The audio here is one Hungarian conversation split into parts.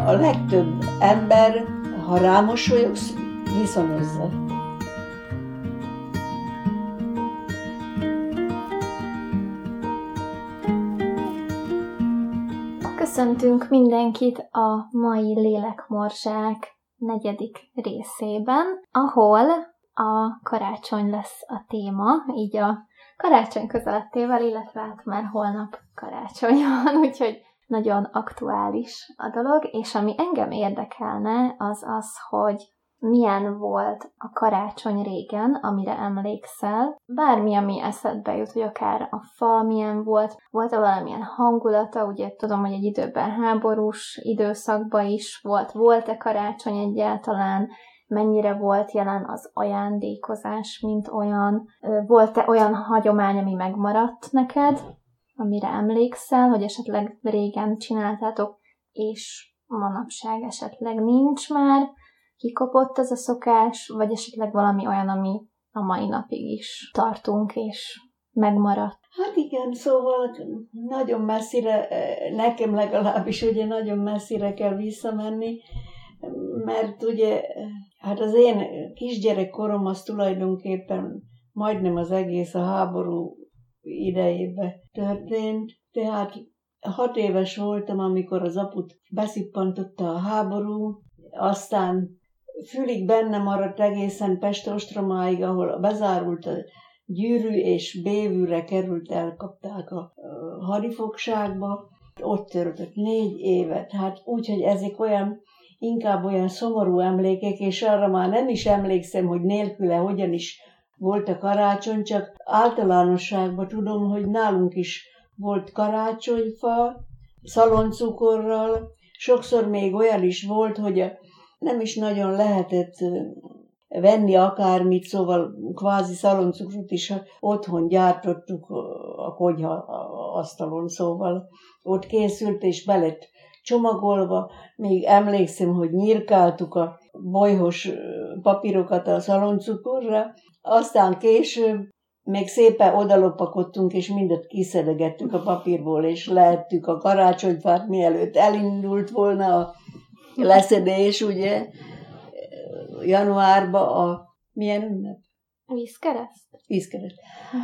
a legtöbb ember, ha rámosolyogsz, viszonozza. Köszöntünk mindenkit a mai Lélekmorzsák 4. részében, ahol a karácsony lesz a téma, így a karácsony közelettével, illetve hát már holnap karácsony van, úgyhogy nagyon aktuális a dolog, és ami engem érdekelne, az az, hogy milyen volt a karácsony régen, amire emlékszel, bármi, ami eszedbe jut, hogy akár a fa milyen volt-e valamilyen hangulata, ugye tudom, hogy egy időben háborús időszakban is volt-e karácsony egyáltalán, mennyire volt jelen az ajándékozás, mint olyan, volt-e olyan hagyomány, ami megmaradt neked, amire emlékszel, hogy esetleg régen csináltátok, és manapság esetleg nincs már, kikopott ez a szokás, vagy esetleg valami olyan, ami a mai napig is tartunk, és megmaradt. Hát igen, szóval nagyon messzire, nekem legalábbis ugye nagyon messzire kell visszamenni, mert ugye, hát az én kisgyerekkorom az tulajdonképpen majdnem az egész a háború idejében történt, tehát 6 éves voltam, amikor az aput beszippantotta a háború, aztán fülig benne maradt egészen Pest ostromáig, ahol bezárult a gyűrű, és Bévűre került, elkapták a hadifogságba. Ott töltött 4 évet, hát úgyhogy ezek inkább olyan szomorú emlékek, és arra már nem is emlékszem, hogy nélküle hogyan is volt a karácsony, csak általánosságban tudom, hogy nálunk is volt karácsonyfa, szaloncukorral, sokszor még olyan is volt, hogy nem is nagyon lehetett venni akármit, szóval kvázi szaloncukrot is otthon gyártottuk a konyha asztalon, szóval ott készült és be lett csomagolva. Még emlékszem, hogy nyírkáltuk a bolyhos papírokat a szaloncukorra, aztán később még szépen odalopakodtunk, és mindet kiszedegettük a papírból, és leettük a karácsonyfát, mielőtt elindult volna a leszedés, ugye, januárban milyen ünnep? Vízkereszt? Vízkereszt.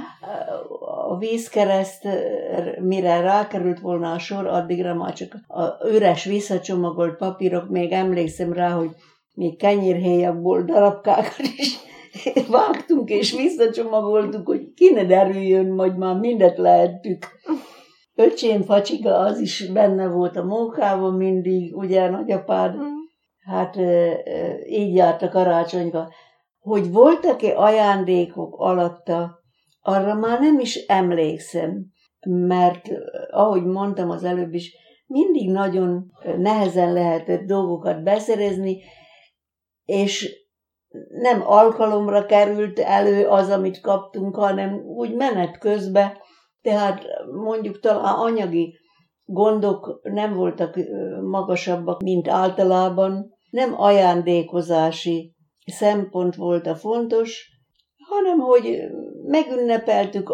A vízkereszt, mire rákerült volna a sor, addigra már csak a üres, visszacsomagolt papírok, még emlékszem rá, hogy még kenyérhéjakból darabkákat is vágtunk, és visszacsomagoltuk, hogy ki ne derüljön, majd már mindet lehettük. Öcsém facsiga, az is benne volt a mókában mindig, ugye nagyapád. Hát így járt a karácsonyba. Hogy voltak-e ajándékok alatta, arra már nem is emlékszem, mert ahogy mondtam az előbb is, mindig nagyon nehezen lehetett dolgokat beszerezni, és nem alkalomra került elő az, amit kaptunk, hanem úgy menet közben, tehát mondjuk talán anyagi gondok nem voltak magasabbak, mint általában, nem ajándékozási szempont volt a fontos, hanem hogy megünnepeltük.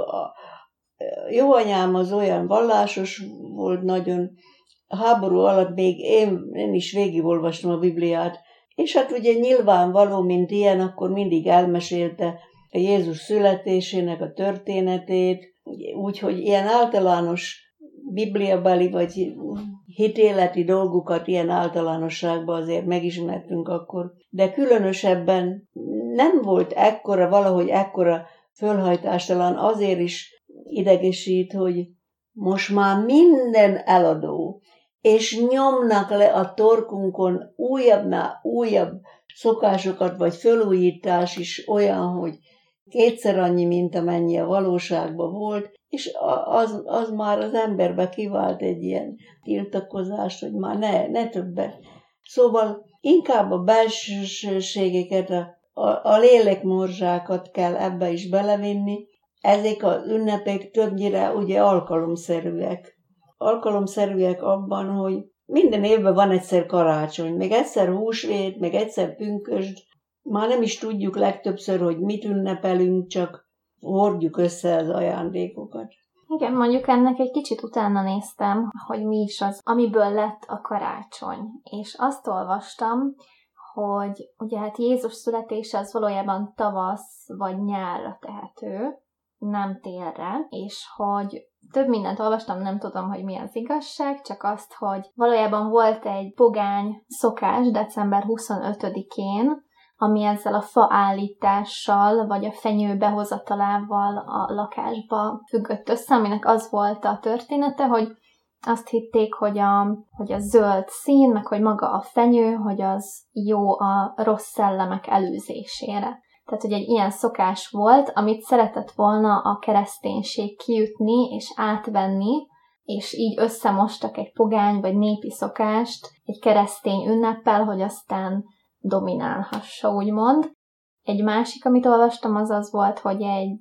Jó anyám az olyan vallásos volt nagyon, a háború alatt még én is végigolvastam a Bibliát, és hát ugye nyilvánvaló, mint ilyen, akkor mindig elmesélte a Jézus születésének a történetét, úgyhogy ilyen általános bibliabeli vagy hitéleti dolgokat ilyen általánosságban azért megismertünk akkor, de különösebben nem volt valahogy ekkora fölhajtás, talán azért is idegesít, hogy most már minden eladó, és nyomnak le a torkunkon újabbnál újabb szokásokat, vagy felújítás is olyan, hogy 2-szer annyi, mint amennyi a valóságban volt, és az már az emberbe kivált egy ilyen tiltakozást, hogy már ne többet. Szóval inkább a belsőségeket, a lélekmorzsákat kell ebbe is belevinni. Ezek az ünnepek többnyire ugye alkalomszerűek. Alkalomszerűek abban, hogy minden évben van egyszer karácsony, meg egyszer húsvét, meg egyszer pünkösd. Már nem is tudjuk legtöbbször, hogy mit ünnepelünk, csak hordjuk össze az ajándékokat. Igen, mondjuk ennek egy kicsit utána néztem, hogy mi is az, amiből lett a karácsony. És azt olvastam, hogy ugye hát Jézus születése az valójában tavasz vagy nyárra tehető, nem télre, és hogy több mindent olvastam, nem tudom, hogy mi az igazság, csak azt, hogy valójában volt egy pogány szokás december 25-én, ami ezzel a faállítással, vagy a fenyő behozatalával a lakásba függött össze, aminek az volt a története, hogy azt hitték, hogy a zöld szín, meg hogy maga a fenyő, hogy az jó a rossz szellemek elűzésére. Tehát, hogy egy ilyen szokás volt, amit szeretett volna a kereszténység kiütni és átvenni, és így összemostak egy pogány vagy népi szokást egy keresztény ünneppel, hogy aztán dominálhassa, úgymond. Egy másik, amit olvastam, az volt, hogy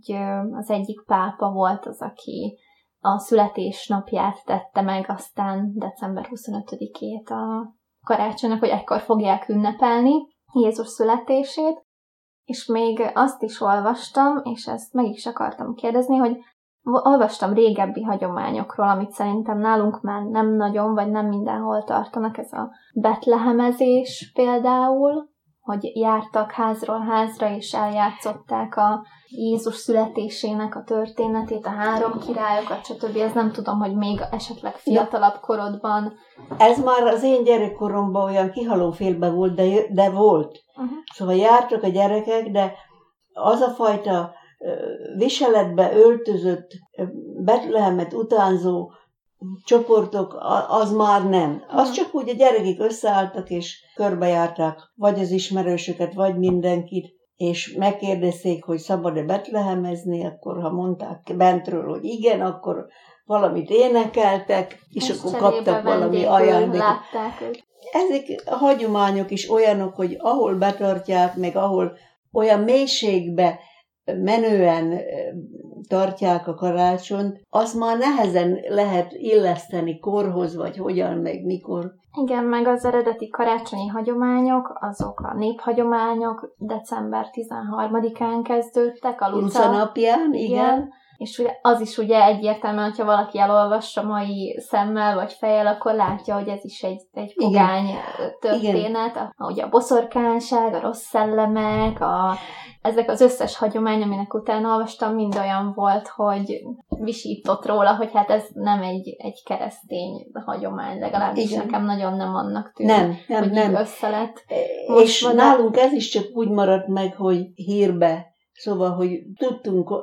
az egyik pápa volt az, aki a születésnapját tette meg, aztán december 25-ét a karácsonynak, hogy ekkor fogják ünnepelni Jézus születését. És még azt is olvastam, és ezt meg is akartam kérdezni, hogy olvastam régebbi hagyományokról, amit szerintem nálunk már nem nagyon, vagy nem mindenhol tartanak, ez a betlehemezés például, hogy jártak házról házra, és eljátszották a Jézus születésének a történetét, a 3 királyokat, stb. Ez nem tudom, hogy még esetleg fiatalabb korodban. Ez már az én gyerekkoromban olyan kihalófélbe volt, de volt. Szóval jártak a gyerekek, de az a fajta viseletbe öltözött, Betlehemet utánzó csoportok, az már nem. Az csak úgy a gyerekek összeálltak, és körbejárták vagy az ismerősöket, vagy mindenkit, és megkérdezték, hogy szabad-e betlehemezni, akkor ha mondták bentről, hogy igen, akkor valamit énekeltek, és akkor kaptak valami ajándékot. Ezek a hagyományok is olyanok, hogy ahol betartják, meg ahol olyan mélységbe menően tartják a karácsonyt, azt már nehezen lehet illeszteni korhoz, vagy hogyan, meg mikor. Igen, meg az eredeti karácsonyi hagyományok, azok a néphagyományok december 13-án kezdődtek, a Luca napján, igen. És az is ugye egyértelműen, hogyha valaki elolvassa mai szemmel vagy fejjel, akkor látja, hogy ez is egy pogány történet. Ugye a boszorkányság, a rossz szellemek, ezek az összes hagyomány, aminek utána olvastam, mind olyan volt, hogy visított róla, hogy hát ez nem egy keresztény hagyomány, legalábbis nekem nagyon nem annak tűnik, hogy így össze lett. És nálunk ez is csak úgy maradt meg, hogy hírbe. Szóval, hogy tudtunk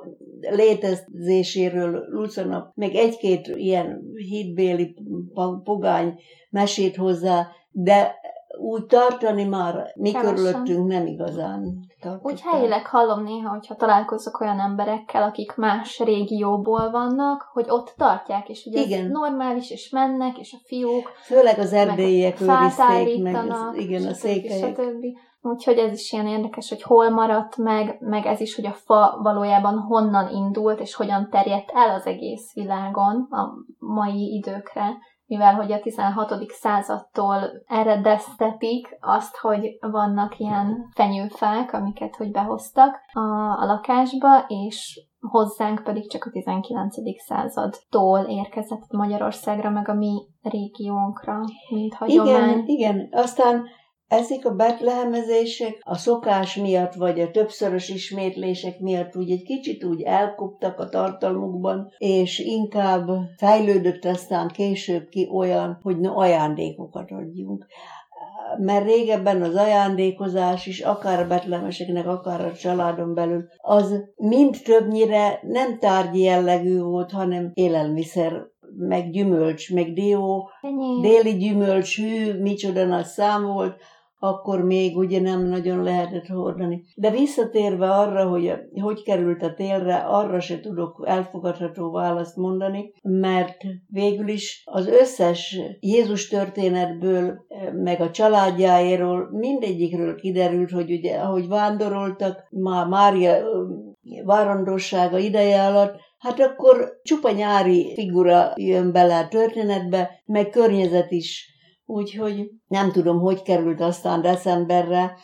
létezéséről Lucanap, meg egy-két ilyen hitbéli pogány mesét hozzá, de úgy tartani már mi körülöttünk nem igazán tartották. Úgy helyileg hallom néha, hogyha találkozok olyan emberekkel, akik más régióból vannak, hogy ott tartják, és ugye ez normális, és mennek, és a fiúk főleg az erdélyiek őrizték, meg a székelyek. Úgyhogy ez is ilyen érdekes, hogy hol maradt meg ez is, hogy a fa valójában honnan indult, és hogyan terjedt el az egész világon a mai időkre, mivel hogy a 16. századtól eredeztetik azt, hogy vannak ilyen fenyőfák, amiket hogy behoztak a lakásba, és hozzánk pedig csak a 19. századtól érkezett Magyarországra, meg a mi régiónkra, mint hagyomány. Igen. Aztán ezek a betlehemezések a szokás miatt, vagy a többszörös ismétlések miatt úgy egy kicsit úgy elkoptak a tartalmukban, és inkább fejlődött aztán később ki olyan, hogy ajándékokat adjunk. Mert régebben az ajándékozás is, akár a betlehemeseknek, akár a családon belül, az mind többnyire nem tárgyi jellegű volt, hanem élelmiszer, meg gyümölcs, meg dió, déli gyümölcs, micsoda nagy szám volt, akkor még ugye nem nagyon lehetett hordani. De visszatérve arra, hogy került a télre, arra se tudok elfogadható választ mondani, mert végül is az összes Jézus történetből, meg a családjáról, mindegyikről kiderült, hogy ugye, ahogy vándoroltak, Mária várandossága ideje alatt, hát akkor csupa nyári figura jön bele a történetbe, meg környezet is. Úgyhogy nem tudom, hogy került aztán decemberre.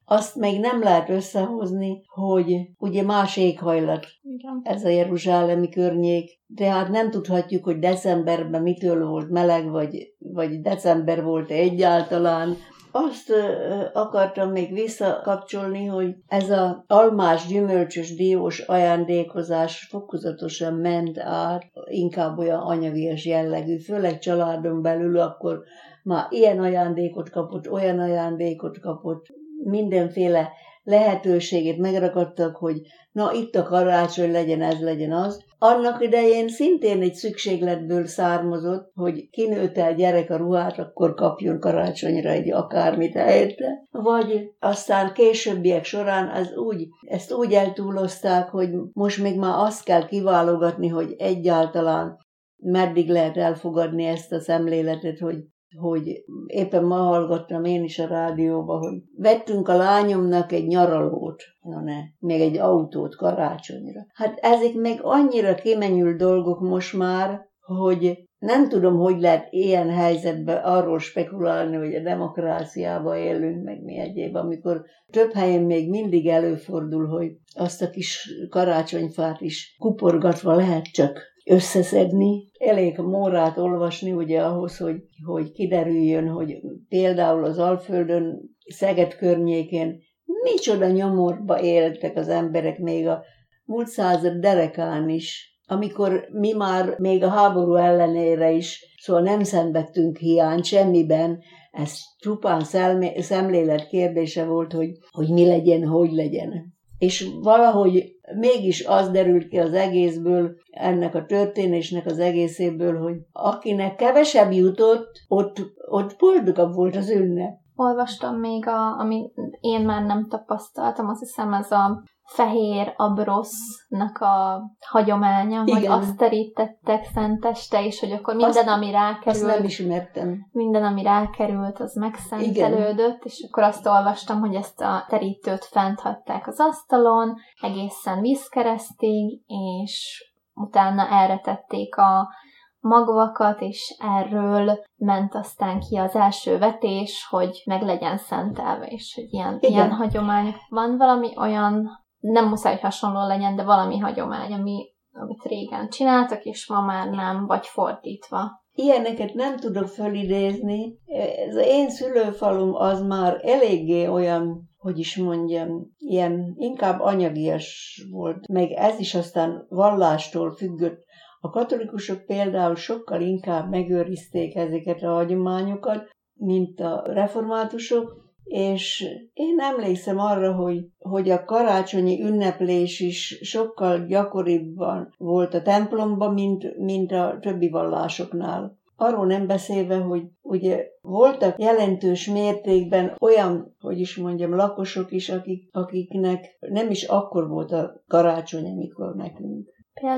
azt még nem lehet összehozni, hogy ugye más éghajlat. Igen. Ez a jeruzsálemi környék. Tehát nem tudhatjuk, hogy decemberben mitől volt meleg, vagy december volt egyáltalán. Azt akartam még visszakapcsolni, hogy ez az almás, gyümölcsös, diós ajándékozás fokozatosan ment át, inkább olyan anyagias jellegű, főleg családon belül, akkor már ilyen ajándékot kapott, olyan ajándékot kapott, mindenféle lehetőségét megragadtak, hogy na itt a karácsony, legyen ez, legyen az. Annak idején szintén egy szükségletből származott, hogy kinőtte a gyerek a ruhát, akkor kapjon karácsonyra egy akármit helyette. Vagy aztán későbbiek során ezt úgy eltúlozták, hogy most még már azt kell kiválogatni, hogy egyáltalán meddig lehet elfogadni ezt a szemléletet, hogy éppen ma hallgattam én is a rádióba, hogy vettünk a lányomnak egy nyaralót, még egy autót karácsonyra. Hát ezek meg annyira kimenyült dolgok most már, hogy nem tudom, hogy lehet ilyen helyzetben arról spekulálni, hogy a demokráciában élünk, meg mi egyéb, amikor több helyen még mindig előfordul, hogy azt a kis karácsonyfát is kuporgatva lehet csak összeszedni. Elég a mórát olvasni ugye ahhoz, hogy kiderüljön, hogy például az Alföldön, Szeged környékén micsoda nyomorba éltek az emberek még a múlt század derekán is, amikor mi már még a háború ellenére is, szóval nem szenvedtünk hiányt semmiben, ez csupán szemlélet kérdése volt, hogy mi legyen, hogy legyen. És valahogy mégis az derült ki az egészből, ennek a történésnek az egészéből, hogy akinek kevesebb jutott, ott boldogabb volt az ünnep. Olvastam még, ami én már nem tapasztaltam, azt hiszem ez a fehér abrosznak a hagyománya, igen, hogy azt terítettek szenteste, és hogy akkor minden, ami rákerült... Azt nem ismertem. Minden, ami rákerült, az megszentelődött, igen, és akkor azt olvastam, hogy ezt a terítőt fent hagyták az asztalon, egészen vízkeresztig, és utána erre tették a magvakat, és erről ment aztán ki az első vetés, hogy meg legyen szentelve, és hogy ilyen hagyomány. Van valami olyan, nem muszáj, hogy hasonló legyen, de valami hagyomány, amit régen csináltak, és ma már nem, vagy fordítva. Ilyeneket nem tudok fölidézni. Ez az én szülőfalum az már eléggé olyan, hogy is mondjam, ilyen inkább anyagias volt, meg ez is aztán vallástól függött. A katolikusok például sokkal inkább megőrizték ezeket a hagyományokat, mint a reformátusok, és én emlékszem arra, hogy a karácsonyi ünneplés is sokkal gyakoribban volt a templomban, mint a többi vallásoknál. Arról nem beszélve, hogy ugye voltak jelentős mértékben olyan, hogy is mondjam, lakosok is, akiknek nem is akkor volt a karácsony, amikor nekünk.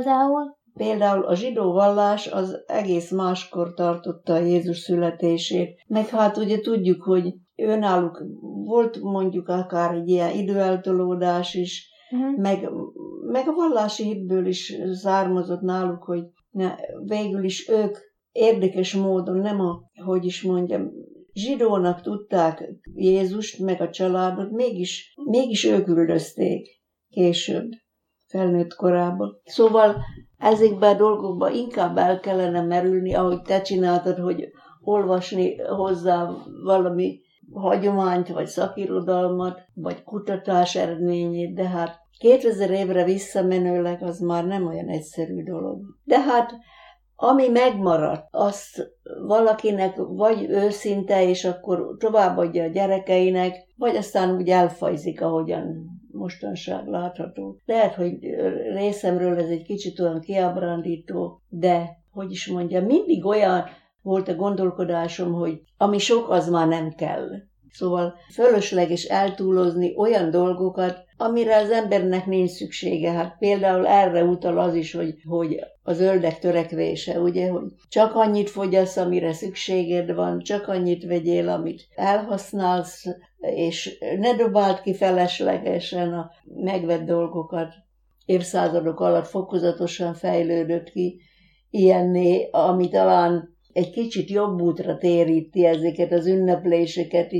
Például a zsidó vallás az egész máskor tartotta a Jézus születését. Meg hát ugye tudjuk, hogy önálluk volt mondjuk akár egy ilyen időeltolódás is, meg a vallási hitből is származott náluk, hogy végül is ők érdekes módon nem zsidónak tudták Jézust, meg a családot, mégis ők üldözték később, felnőtt korában. Szóval ezekben a dolgokban inkább el kellene merülni, ahogy te csináltad, hogy olvasni hozzá valami hagyományt, vagy szakirodalmat, vagy kutatás eredményét, de hát 2000 évre visszamenőleg az már nem olyan egyszerű dolog. De hát ami megmaradt, azt valakinek vagy őszinte, és akkor továbbadja a gyerekeinek, vagy aztán úgy elfajzik, ahogyan mostanság látható. Lehet, hogy részemről ez egy kicsit olyan kiábrándító, de, hogy is mondjam, mindig olyan volt a gondolkodásom, hogy ami sok, az már nem kell. Szóval fölösleges eltúlozni olyan dolgokat, amire az embernek nincs szüksége. Hát például erre utal az is, hogy a zöldek törekvése, ugye, hogy csak annyit fogyasz, amire szükséged van, csak annyit vegyél, amit elhasználsz, és ne dobáld ki feleslegesen a megvett dolgokat. Évszázadok alatt fokozatosan fejlődött ki ilyenné, ami talán egy kicsit jobb útra téríti ezeket az ünnepléseket is,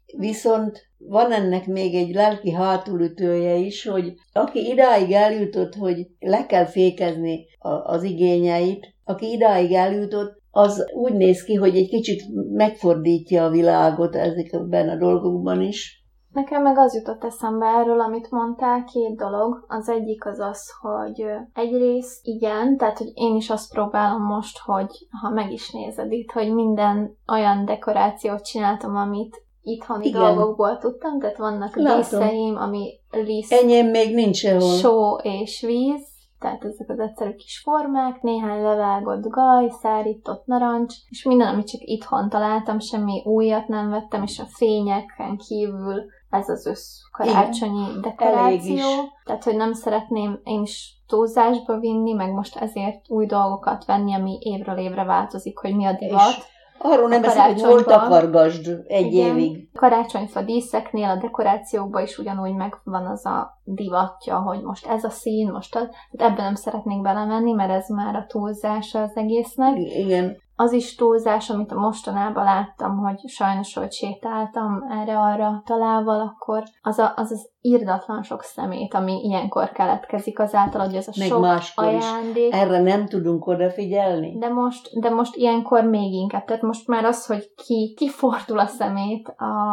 Viszont van ennek még egy lelki hátulütője is, hogy aki idáig eljutott, hogy le kell fékezni az igényeit, aki idáig eljutott, az úgy néz ki, hogy egy kicsit megfordítja a világot ezekben a dolgokban is. Nekem meg az jutott eszembe erről, amit mondtál, 2 dolog. Az egyik az, hogy egyrészt igen, tehát hogy én is azt próbálom most, hogy ha meg is nézed itt, hogy minden olyan dekorációt csináltam, amit itthoni dolgokból tudtam, tehát vannak díszeim, ami liszt, enyém még nincs sehol. Só és víz, tehát ezek az egyszerű kis formák, néhány levágott gaj, szárított narancs, és minden, amit csak itthon találtam, semmi újat nem vettem, és a fényeken kívül ez az karácsonyi dekoráció. Tehát, hogy nem szeretném én is túlzásba vinni, meg most ezért új dolgokat venni, ami évről évre változik, hogy mi a divat. És arról nem beszél, hogy hol takargasd egy évig. Karácsonyfa díszeknél, a dekorációkban is ugyanúgy megvan az a divatja, hogy most ez a szín, most az. Tehát ebben nem szeretnék belemenni, mert ez már a túlzása az egésznek. Igen. Az is túlzás, amit mostanában láttam, hogy sajnos, hogy sétáltam erre-arra talával, akkor az irdatlan sok szemét, ami ilyenkor keletkezik azáltal, hogy ez a meg sok ajándék. Is. Erre nem tudunk odafigyelni. De most ilyenkor még inkább. Tehát most már az, hogy kifordul a szemét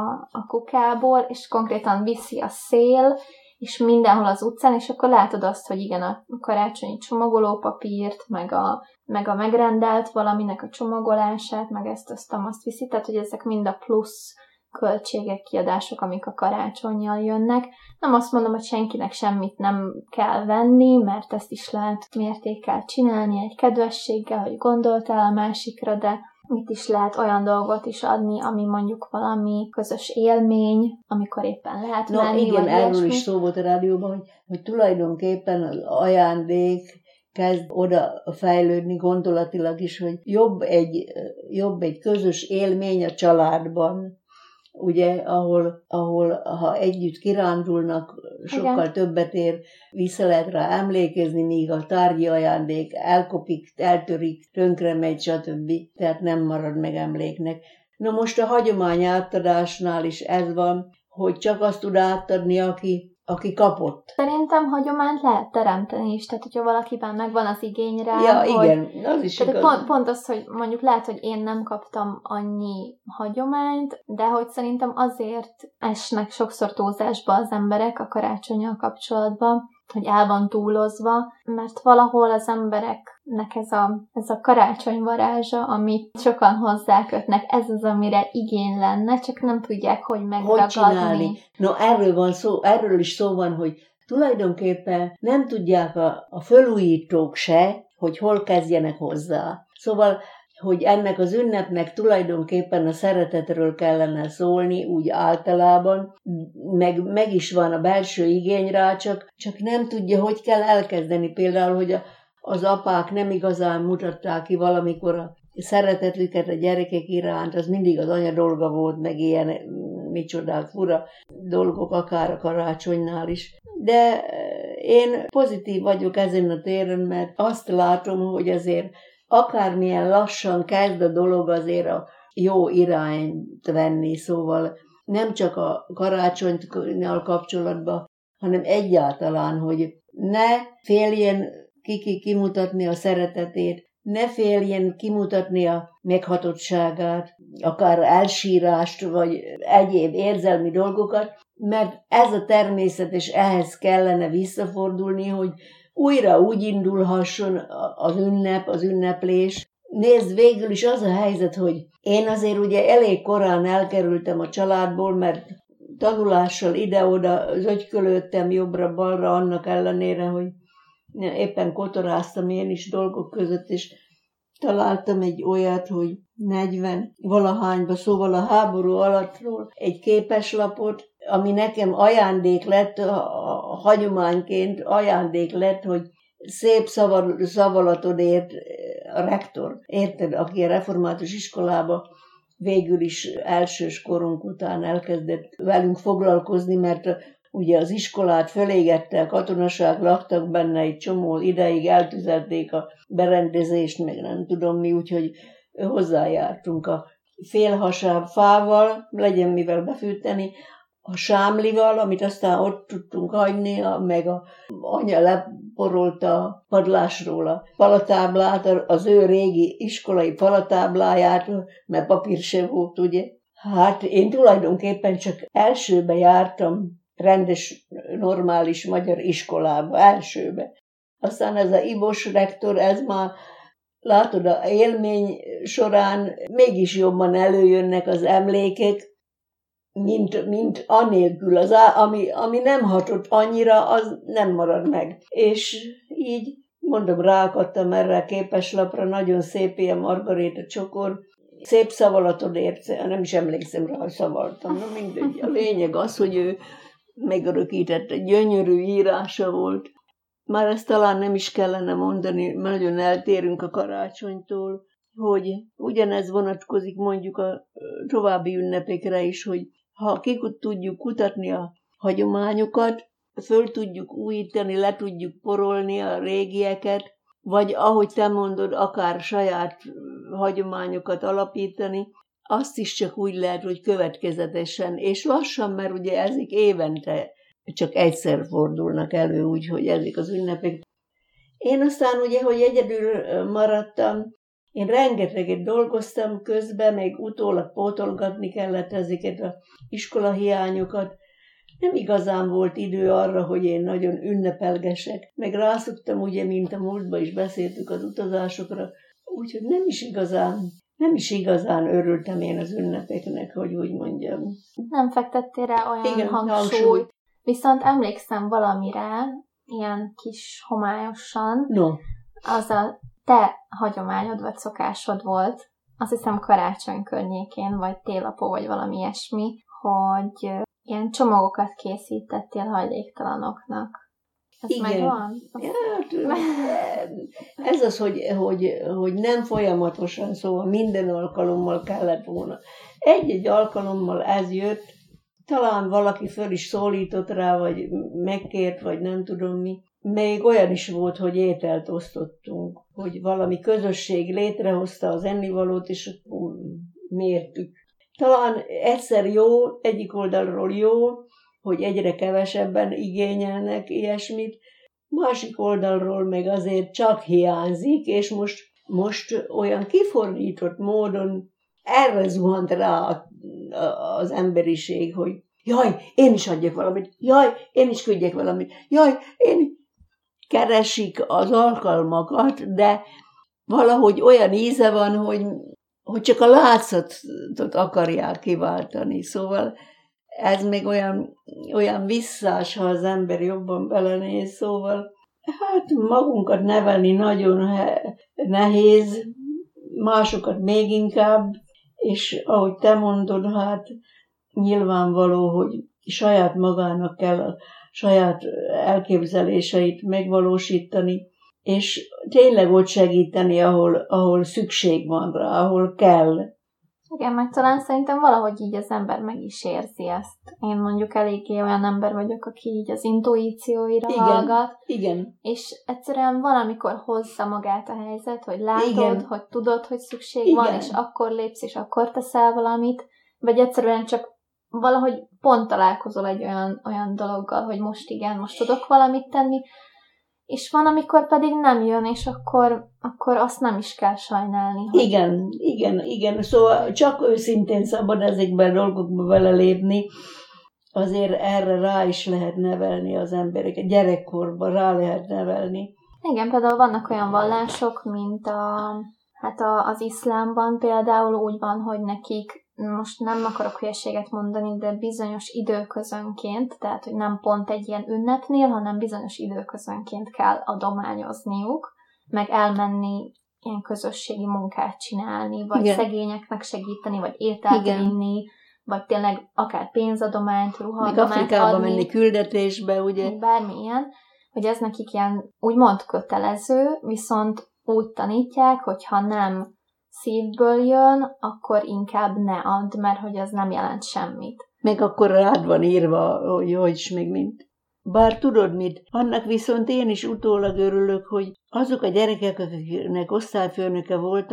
a kukából, és konkrétan viszi a szél, és mindenhol az utcán, és akkor látod azt, hogy igen, a karácsonyi csomagolópapírt, meg a megrendelt valaminek a csomagolását, meg azt viszi, tehát hogy ezek mind a plusz költségek, kiadások, amik a karácsonnyal jönnek. Nem azt mondom, hogy senkinek semmit nem kell venni, mert ezt is lehet mértékkel csinálni egy kedvességgel, hogy gondoltál a másikra, de mit is lehet olyan dolgot is adni, ami mondjuk valami közös élmény, amikor éppen lehet menni, igen, vagy erről ilyesmi. is szó volt a rádióban, hogy tulajdonképpen az ajándék kezd oda fejlődni gondolatilag is, hogy jobb egy közös élmény a családban, ugye, ahol ha együtt kirándulnak, sokkal igen. többet ér, vissza lehet rá emlékezni, míg a tárgyi ajándék elkopik, eltörik, tönkre megy, stb. Tehát nem marad meg emléknek. Na most a hagyomány átadásnál is ez van, hogy csak azt tud átadni, aki kapott. Szerintem hagyományt lehet teremteni is, tehát hogyha valakiben megvan az igény rá, ja, hogy... igen, az is igaz. Pont az, hogy mondjuk lehet, hogy én nem kaptam annyi hagyományt, de hogy szerintem azért esnek sokszor túlzásba az emberek a karácsonnyal kapcsolatban, hogy el van túlozva, mert valahol az embereknek ez a karácsony varázsa, amit sokan hozzákötnek, ez az, amire igény lenne, csak nem tudják, hogy megragadni. Hogy csinálni? No, erről is szó van, hogy tulajdonképpen nem tudják a fölújítók se, hogy hol kezdjenek hozzá. Szóval, hogy ennek az ünnepnek tulajdonképpen a szeretetről kellene szólni, úgy általában, meg is van a belső igény rá, csak nem tudja, hogy kell elkezdeni. Például, hogy az apák nem igazán mutatták ki valamikor a szeretetüket a gyerekek iránt, az mindig az anya dolga volt, meg ilyen micsodák, fura dolgok, akár a karácsonynál is. De én pozitív vagyok ezen a téren, mert azt látom, hogy azért akármilyen lassan kezd a dolog, azért a jó irányt venni, szóval nem csak a karácsonynal kapcsolatban, hanem egyáltalán, hogy ne féljen kimutatni a szeretetét, ne féljen kimutatni a meghatottságát, akár elsírást, vagy egyéb érzelmi dolgokat, mert ez a természet, és ehhez kellene visszafordulni, hogy újra úgy indulhasson az ünneplés. Nézd, végül is az a helyzet, hogy én azért ugye elég korán elkerültem a családból, mert tanulással ide-oda zögykölődtem jobbra-balra, annak ellenére, hogy éppen kotoráztam én is dolgok között, és találtam egy olyat, hogy 40 valahányba, szóval a háború alattról egy képeslapot, ami nekem ajándék lett, a hagyományként ajándék lett, hogy szép szavalatod ért a rektor, érted, aki a református iskolába végül is elsős korunk után elkezdett velünk foglalkozni, mert ugye az iskolát fölégette, a katonaság, laktak benne egy csomó ideig, eltüzelték a berendezést, meg nem tudom mi, úgyhogy hozzájártunk a félhasább fával, legyen mivel befűteni, a sámlival, amit aztán ott tudtunk hagyni, meg a anya leporolta a padlásról a palatáblát, az ő régi iskolai palatábláját, mert papír se volt, ugye. Hát én tulajdonképpen csak elsőbe jártam, rendes, normális magyar iskolába, elsőbe. Aztán ez a Ibos rektor, ez már, látod, a élmény során mégis jobban előjönnek az emlékek, mint anélkül, ami nem hatott annyira, az nem marad meg. És így, mondom, ráakadtam erre a képeslapra, nagyon szép ilyen Margaréta csokor, szép szavalatod érte, nem is emlékszem rá, hogy szavaltam, na mindegy. A lényeg az, hogy ő megörökítette, gyönyörű írása volt. Már ezt talán nem is kellene mondani, nagyon eltérünk a karácsonytól, hogy ugyanez vonatkozik mondjuk a további ünnepekre is, hogy ha tudjuk kutatni a hagyományokat, föl tudjuk újítani, le tudjuk porolni a régieket, vagy ahogy te mondod, akár saját hagyományokat alapítani, azt is csak úgy lehet, hogy következetesen, és lassan, mert ugye ezek évente csak egyszer fordulnak elő, úgyhogy ezek az ünnepek. Én aztán ugye, hogy egyedül maradtam, én rengeteget dolgoztam közben, meg utólag pótolgatni kellett ezeket az iskolahiányokat. Nem igazán volt idő arra, hogy én nagyon ünnepelgesek. Meg rászoktam, ugye, mint a múltban is beszéltük az utazásokra, úgyhogy nem is igazán örültem én az ünnepeknek, hogy úgy mondjam. Nem fektettél rá olyan hangsúlyt. Viszont emlékszem valamire, ilyen kis homályosan, az a te hagyományod vagy szokásod volt, azt hiszem karácsony környékén, vagy télapó, vagy valami ilyesmi, hogy ilyen csomagokat készítettél hajléktalanoknak. Ez igen. Megvan? Ez az, hogy nem folyamatosan, szóval minden alkalommal kellett volna. Egy-egy alkalommal ez jött, talán valaki föl is szólított rá, vagy megkért, vagy nem tudom mi. Még olyan is volt, hogy ételt osztottunk, hogy valami közösség létrehozta az ennivalót, és mértük. Talán egyszer jó, egyik oldalról jó, hogy egyre kevesebben igényelnek ilyesmit, másik oldalról meg azért csak hiányzik, és most olyan kifordított módon erre zuhant rá az emberiség, hogy jaj, én is adjak valamit, jaj, én is küldjek valamit, jaj, én keresik az alkalmakat, de valahogy olyan íze van, hogy csak a látszatot akarják kiváltani. Szóval ez még olyan visszás, ha az ember jobban belenéz, szóval hát magunkat nevelni nagyon nehéz, másokat még inkább, és ahogy te mondod, hát nyilvánvaló, hogy saját magának kell a saját elképzeléseit megvalósítani, és tényleg ott segíteni, ahol szükség van rá, ahol kell. Igen, meg talán szerintem valahogy így az ember meg is érzi ezt. Én mondjuk eléggé olyan ember vagyok, aki így az intuícióira hallgat. Igen. És egyszerűen valamikor hozza magát a helyzet, hogy látod, hogy tudod, hogy szükség van, és akkor lépsz, és akkor teszel valamit, vagy egyszerűen csak valahogy pont találkozol egy olyan dologgal, hogy most igen, most tudok valamit tenni, és van, amikor pedig nem jön, és akkor azt nem is kell sajnálni. Hogy... Igen. Szóval csak őszintén szabad ezekben a dolgokba belelépni. Azért erre rá is lehet nevelni az embereket. Gyerekkorban rá lehet nevelni. Igen, például vannak olyan vallások, mint az iszlámban például úgy van, hogy nekik, most nem akarok hülyeséget mondani, de bizonyos időközönként, tehát hogy nem pont egy ilyen ünnepnél, hanem bizonyos időközönként kell adományozniuk, meg elmenni ilyen közösségi munkát csinálni, vagy szegényeknek segíteni, vagy ételt vinni, vagy tényleg akár pénzadományt, ruhaadományt adni. Afrikába menni küldetésbe, ugye? Bármilyen, hogy ez nekik ilyen úgymond kötelező, viszont úgy tanítják, hogyha nem szívből jön, akkor inkább ne add, mert hogy az nem jelent semmit. Meg akkor rád van írva, hogy is még mint. Bár tudod mit, annak viszont én is utólag örülök, hogy azok a gyerekek, akiknek osztályfőnöke voltam,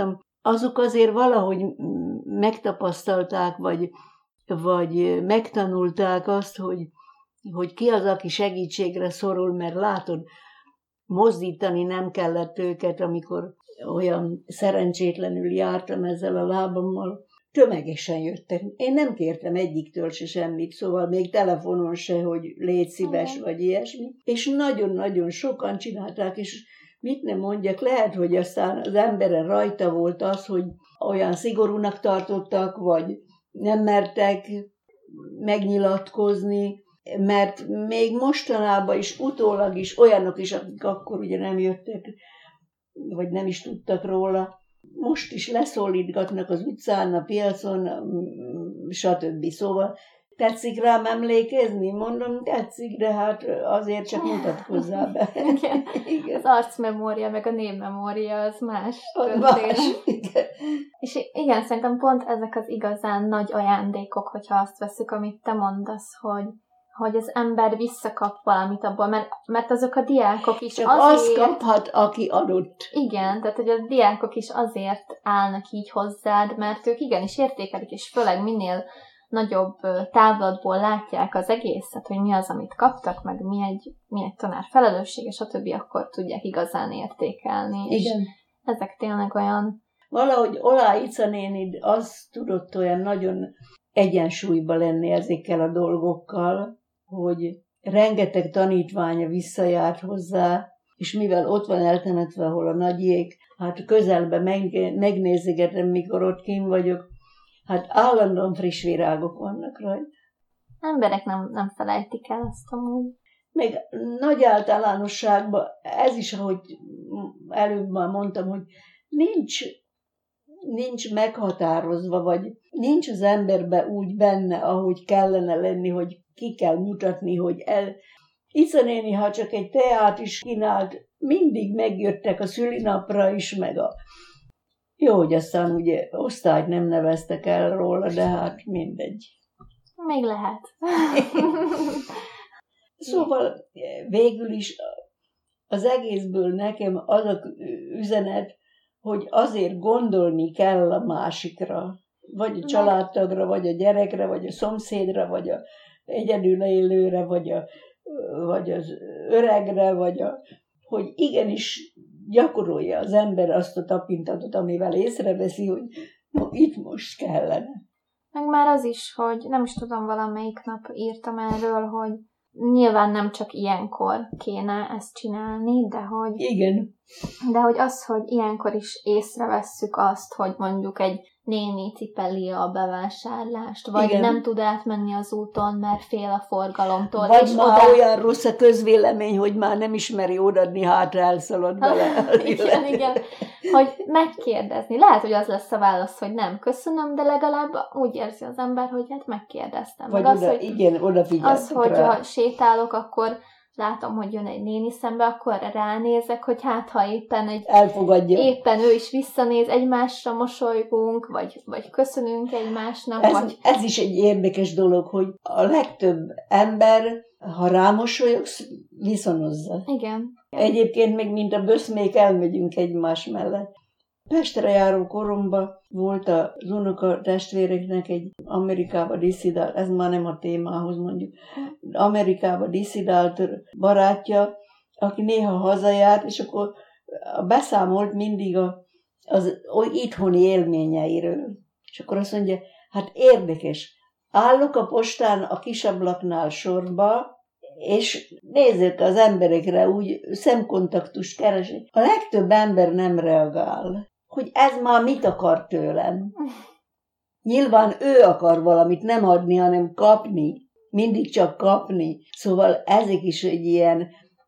azok azért valahogy megtapasztalták, vagy megtanulták azt, hogy ki az, aki segítségre szorul, mert látod, mozdítani nem kellett őket, amikor olyan szerencsétlenül jártam ezzel a lábammal. Tömegesen jöttek. Én nem kértem egyiktől se semmit, szóval még telefonon se, hogy légy szíves, vagy ilyesmi. És nagyon-nagyon sokan csinálták, és mit nem mondjak, lehet, hogy aztán az emberen rajta volt az, hogy olyan szigorúnak tartottak, vagy nem mertek megnyilatkozni, mert még mostanában is, utólag is olyanok is, akik akkor ugye nem jöttek, vagy nem is tudtak róla, most is leszólítgatnak az utcán, a piacon, stb. Szóval tetszik rám emlékezni? Mondom, tetszik, de hát azért csak mutatkozzál be. Igen. Igen. Az arcmemória, meg a névmemória az más történet. Igen. És igen, szerintem pont ezek az igazán nagy ajándékok, hogyha azt veszük, amit te mondasz, hogy az ember visszakap valamit abból, mert azok a diákok is csak azért... azt kaphat, aki adott. Igen, tehát hogy a diákok is azért állnak így hozzád, mert ők igenis értékelik, és főleg minél nagyobb távlatból látják az egészet, hogy mi az, amit kaptak, meg mi egy tanár felelőssége, stb., akkor tudják igazán értékelni. Igen. És ezek tényleg olyan... Valahogy Olá Ica néni az tudott olyan nagyon egyensúlyba lenni ezekkel a dolgokkal, hogy rengeteg tanítványa visszajárt hozzá, és mivel ott van eltemetve, ahol a nagyjék, hát közelben megnézegetem, mikor ott kint vagyok, hát állandóan friss virágok vannak rajta. Emberek nem felejtik el ezt amúgy. Még nagy általánosságban ez is, ahogy előbb már mondtam, hogy nincs meghatározva, vagy nincs az emberbe úgy benne, ahogy kellene lenni, hogy ki kell mutatni, hogy Ica néni, ha csak egy teát is kínált, mindig megjöttek a szülinapra is, meg Jó, hogy aztán ugye osztályt nem neveztek el róla, de hát mindegy. Még lehet. Szóval végül is az egészből nekem az az üzenet, hogy azért gondolni kell a másikra, vagy a családtagra, vagy a gyerekre, vagy a szomszédra, vagy a egyedül élőre, vagy az öregre, hogy igenis gyakorolja az ember azt a tapintatot, amivel észreveszi, hogy itt most kellene. Meg már az is, hogy nem is tudom, valamelyik nap írtam erről, hogy nyilván nem csak ilyenkor kéne ezt csinálni, igen. De hogy az, hogy ilyenkor is észrevesszük azt, hogy mondjuk egy néni cipeli a bevásárlást, vagy igen. Nem tud átmenni az úton, mert fél a forgalomtól. Vagy és már olyan rossz a közvélemény, hogy már nem ismeri odaadni, hátra elszalad bele. Igen. Hogy megkérdezni. Lehet, hogy az lesz a válasz, hogy nem köszönöm, de legalább úgy érzi az ember, hogy hát megkérdeztem. Vagy az, hogy igen, odafigyeltek az, hogy ha sétálok, akkor látom, hogy jön egy néni szembe, akkor ránézek, hogy hát ha elfogadja. Éppen ő is visszanéz, egymásra mosolygunk, vagy köszönünk egymásnak. Ez is egy érdekes dolog, hogy a legtöbb ember, ha rámosolyogsz, viszonozza. Igen. Egyébként még mint a böszmék elmegyünk egymás mellett. Pestre járó koromban volt az unoka testvéreknek egy Amerikába disszidált, ez már nem a témához mondjuk, Amerikába disszidált barátja, aki néha hazajárt, és akkor beszámolt mindig az itthoni élményeiről. És akkor azt mondja, hát érdekes, állok a postán a kisablaknál sorba, és nézzük az emberekre, úgy szemkontaktust keresni. A legtöbb ember nem reagál, hogy ez már mit akar tőlem. Nyilván ő akar valamit nem adni, hanem kapni. Mindig csak kapni. Szóval ezek is egy ilyen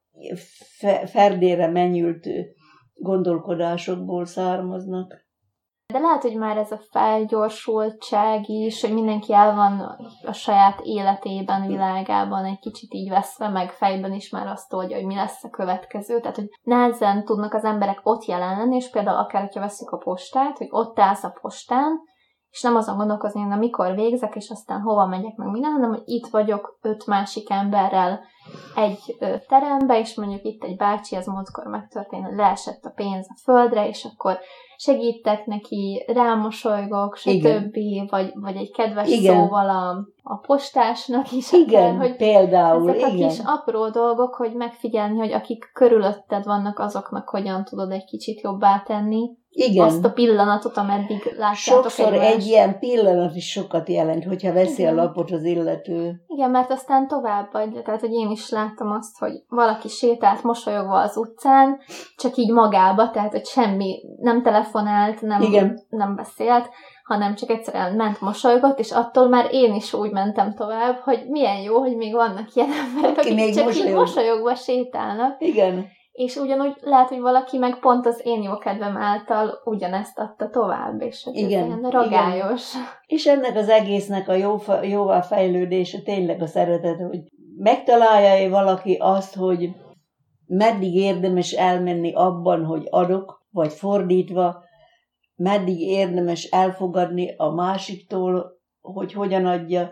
ferdére menyült gondolkodásokból származnak. De lehet, hogy már ez a felgyorsultság is, hogy mindenki el van a saját életében, világában egy kicsit így veszve, meg fejben is már azt oldja, hogy mi lesz a következő. Tehát, hogy nehezen tudnak az emberek ott jelen lenni, és például akár, hogyha veszük a postát, hogy ott állsz a postán, és nem azon gondolkozni, hogy mikor végzek, és aztán hova megyek, meg minden, hanem hogy itt vagyok 5 másik emberrel egy terembe, és mondjuk itt egy bácsi, ez múltkor megtörtént, hogy leesett a pénz a földre, és akkor segítek neki, rámosolygok, stb. Vagy egy kedves szóval a postásnak is. Igen, akár, hogy például. ezek a kis apró dolgok, hogy megfigyelni, hogy akik körülötted vannak, azoknak hogyan tudod egy kicsit jobbá tenni. Igen. Azt a pillanatot, ameddig látjátok sokszor egymást. Egy ilyen pillanat is sokat jelent, hogyha veszi a lapot az illető. Igen, mert aztán tovább vagy. Tehát, hogy én is láttam azt, hogy valaki sétált mosolyogva az utcán, csak így magába, tehát, hogy semmi, nem telefonált, nem beszélt, hanem csak egyszerűen ment, mosolygott, és attól már én is úgy mentem tovább, hogy milyen jó, hogy még vannak ilyen emberek, akik csak így mosolyogva sétálnak. Igen. És ugyanúgy lehet, hogy valaki meg pont az én jó kedvem által ugyanezt adta tovább, és hogy ez ilyen ragályos. Igen. És ennek az egésznek a jóvá fejlődése tényleg a szeretet, hogy megtalálja valaki azt, hogy meddig érdemes elmenni abban, hogy adok, vagy fordítva, meddig érdemes elfogadni a másiktól, hogy hogyan adja.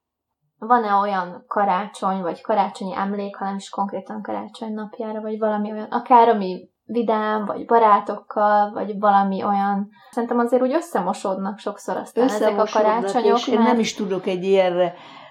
Van-e olyan karácsony, vagy karácsonyi emlék, ha nem is konkrétan karácsony napjára, vagy valami olyan, akár ami vidám, vagy barátokkal, vagy valami olyan. Szerintem azért úgy összemosódnak sokszor aztán ezek a karácsonyok. És én nem is tudok egy ilyenre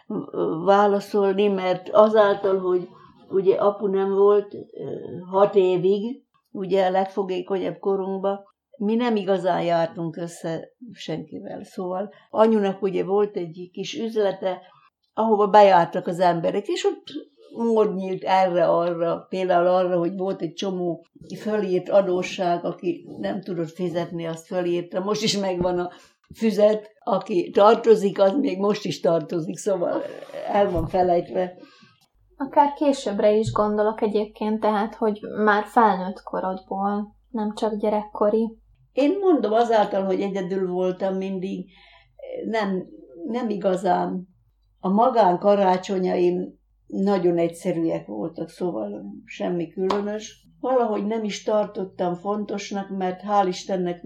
válaszolni, mert azáltal, hogy ugye apu nem volt 6 évig, ugye a legfogékonyabb korunkban, mi nem igazán jártunk össze senkivel. Szóval anyunak ugye volt egy kis üzlete, ahova bejártak az emberek, és ott mód nyílt erre-arra, például arra, hogy volt egy csomó fölírt adósság, aki nem tudott fizetni, azt fölírta. Most is megvan a füzet, aki tartozik, az még most is tartozik, szóval el van felejtve. Akár későbbre is gondolok egyébként, tehát, hogy már felnőtt korodból, nem csak gyerekkori. Én mondom, azáltal, hogy egyedül voltam mindig, nem igazán. A magán karácsonyaim nagyon egyszerűek voltak, szóval semmi különös. Valahogy nem is tartottam fontosnak, mert hál' Istennek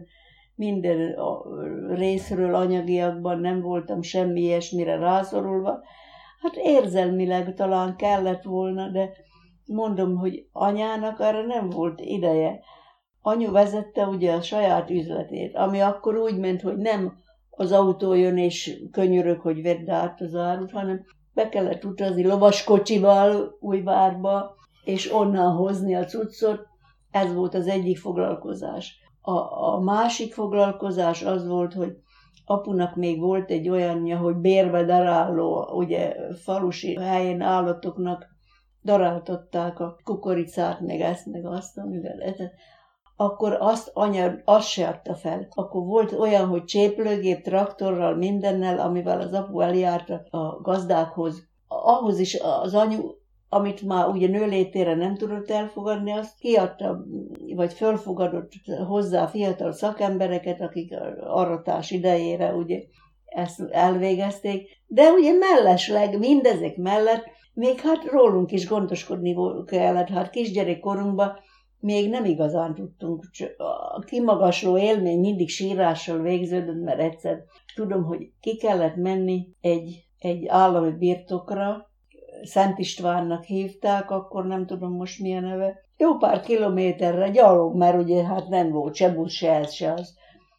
minden részről anyagiakban nem voltam semmi ilyesmire rászorulva. Hát érzelmileg talán kellett volna, de mondom, hogy anyának arra nem volt ideje. Anyu vezette ugye a saját üzletét, ami akkor úgy ment, hogy nem az autó jön és könyörög, hogy vedd át az árut, hanem be kellett utazni lovaskocsival Újvárba, és onnan hozni a cuccot. Ez volt az egyik foglalkozás. A másik foglalkozás az volt, hogy apunak még volt egy olyanja, hogy bérbe daráló, ugye falusi helyen állatoknak daráltatták a kukoricát, meg ezt, meg azt, amivel etett. Akkor anya azt se adta fel. Akkor volt olyan, hogy cséplőgép, traktorral, mindennel, amivel az apu eljárta a gazdákhoz. Ahhoz is az anyu, amit már ugye nőlétére nem tudott elfogadni, azt kiadta, vagy fölfogadott hozzá fiatal szakembereket, akik aratás idejére ugye ezt elvégezték. De ugye mellesleg, mindezek mellett, még hát rólunk is gondoskodni kellett, hát kisgyerekkorunkban még nem igazán tudtunk. A kimagasló élmény mindig sírással végződött, mert egyszer tudom, hogy ki kellett menni egy állami birtokra, Szent Istvánnak hívták, akkor nem tudom most milyen neve. Jó pár kilométerre gyalog, mert ugye hát nem volt se busz, se ez, se az.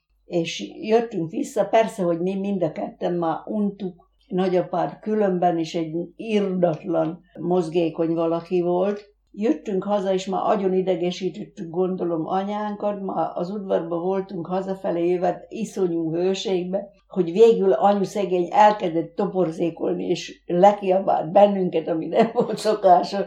És jöttünk vissza, persze, hogy mi mind a ketten már untuk. Nagyapád különben is egy irdatlan, mozgékony valaki volt. Jöttünk haza, és már agyon idegesítettük, gondolom, anyánkat, már az udvarban voltunk hazafelé jövet iszonyú hőségbe, hogy végül anyu szegény elkezdett toporzékolni, és lekiabált bennünket, ami nem volt szokása,